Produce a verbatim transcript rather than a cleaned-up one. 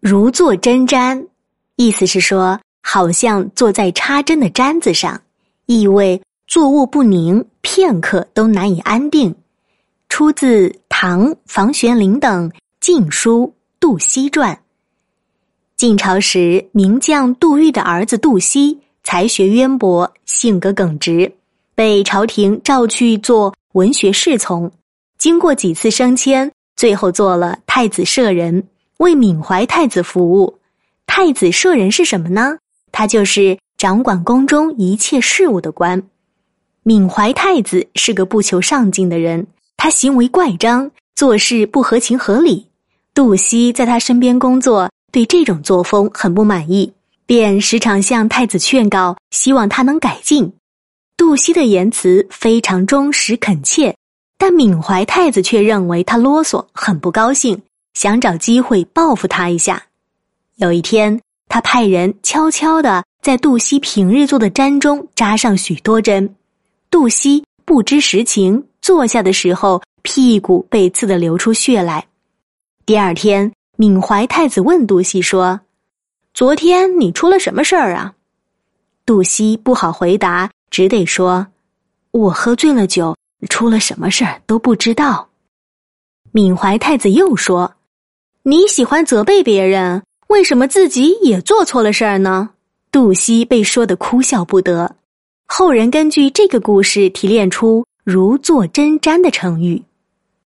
如坐针毡，意思是说好像坐在插针的毡子上，意味坐卧不宁，片刻都难以安定。出自唐房玄龄等《晋书·杜希传》。晋朝时，名将杜预的儿子杜希才学渊博，性格耿直，被朝廷召去做文学侍从。经过几次升迁，最后做了太子舍人，为闵怀太子服务。太子舍人是什么呢？他就是掌管宫中一切事务的官。闵怀太子是个不求上进的人，他行为怪张，做事不合情合理。杜希在他身边工作，对这种作风很不满意，便时常向太子劝告，希望他能改进。杜希的言辞非常忠实恳切，但闵怀太子却认为他啰嗦，很不高兴，想找机会报复他一下。有一天，他派人悄悄地在杜希平日做的毡中扎上许多针。杜希不知实情，坐下的时候屁股被刺得流出血来。第二天，闵怀太子问杜希说：“昨天你出了什么事儿啊？”杜希不好回答，只得说：“我喝醉了酒，出了什么事儿都不知道。”闵怀太子又说：“你喜欢责备别人，为什么自己也做错了事儿呢？”杜希被说得哭笑不得。后人根据这个故事提炼出如坐针毡的成语。